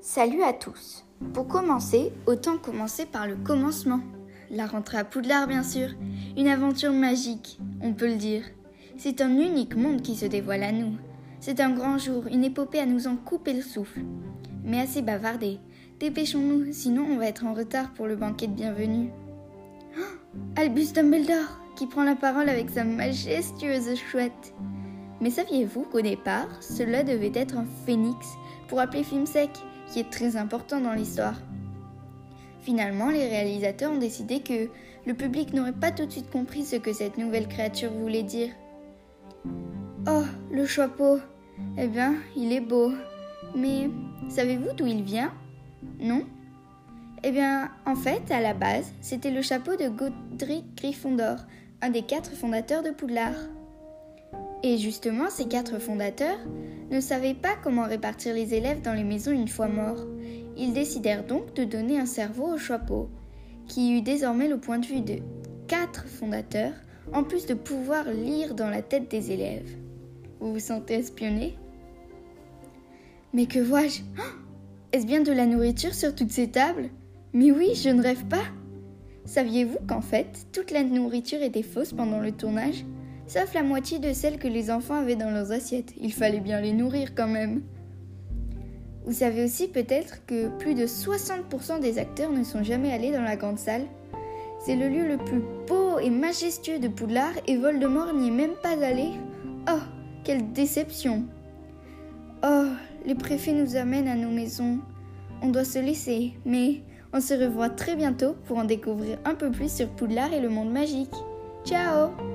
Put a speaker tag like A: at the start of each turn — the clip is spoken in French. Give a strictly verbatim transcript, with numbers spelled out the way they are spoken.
A: Salut à tous. Pour commencer, autant commencer par le commencement. La rentrée à Poudlard, bien sûr. Une aventure magique, on peut le dire. C'est un unique monde qui se dévoile à nous. C'est un grand jour, une épopée à nous en couper le souffle. Mais assez bavardé. Dépêchons-nous, sinon on va être en retard pour le banquet de bienvenue. Oh, Albus Dumbledore, qui prend la parole avec sa majestueuse chouette. Mais saviez-vous qu'au départ, cela devait être un phénix pour appeler Fimmsec, qui est très important dans l'histoire. Finalement, les réalisateurs ont décidé que le public n'aurait pas tout de suite compris ce que cette nouvelle créature voulait dire. Oh, le chapeau. Eh bien, il est beau. Mais savez-vous d'où il vient? Non? Eh bien, en fait, à la base, c'était le chapeau de Godric Gryffondor, un des quatre fondateurs de Poudlard. Et justement, ces quatre fondateurs ne savaient pas comment répartir les élèves dans les maisons une fois morts. Ils décidèrent donc de donner un cerveau au chapeau, qui eut désormais le point de vue de quatre fondateurs, en plus de pouvoir lire dans la tête des élèves. Vous vous sentez espionné? Mais que vois-je? Oh, est-ce bien de la nourriture sur toutes ces tables? Mais oui, je ne rêve pas. Saviez-vous qu'en fait, toute la nourriture était fausse pendant le tournage? Sauf la moitié de celles que les enfants avaient dans leurs assiettes. Il fallait bien les nourrir quand même. Vous savez aussi peut-être que plus de soixante pour cent des acteurs ne sont jamais allés dans la grande salle. C'est le lieu le plus beau et majestueux de Poudlard et Voldemort n'y est même pas allé. Oh, quelle déception! Oh, les préfets nous amènent à nos maisons. On doit se laisser, mais on se revoit très bientôt pour en découvrir un peu plus sur Poudlard et le monde magique. Ciao!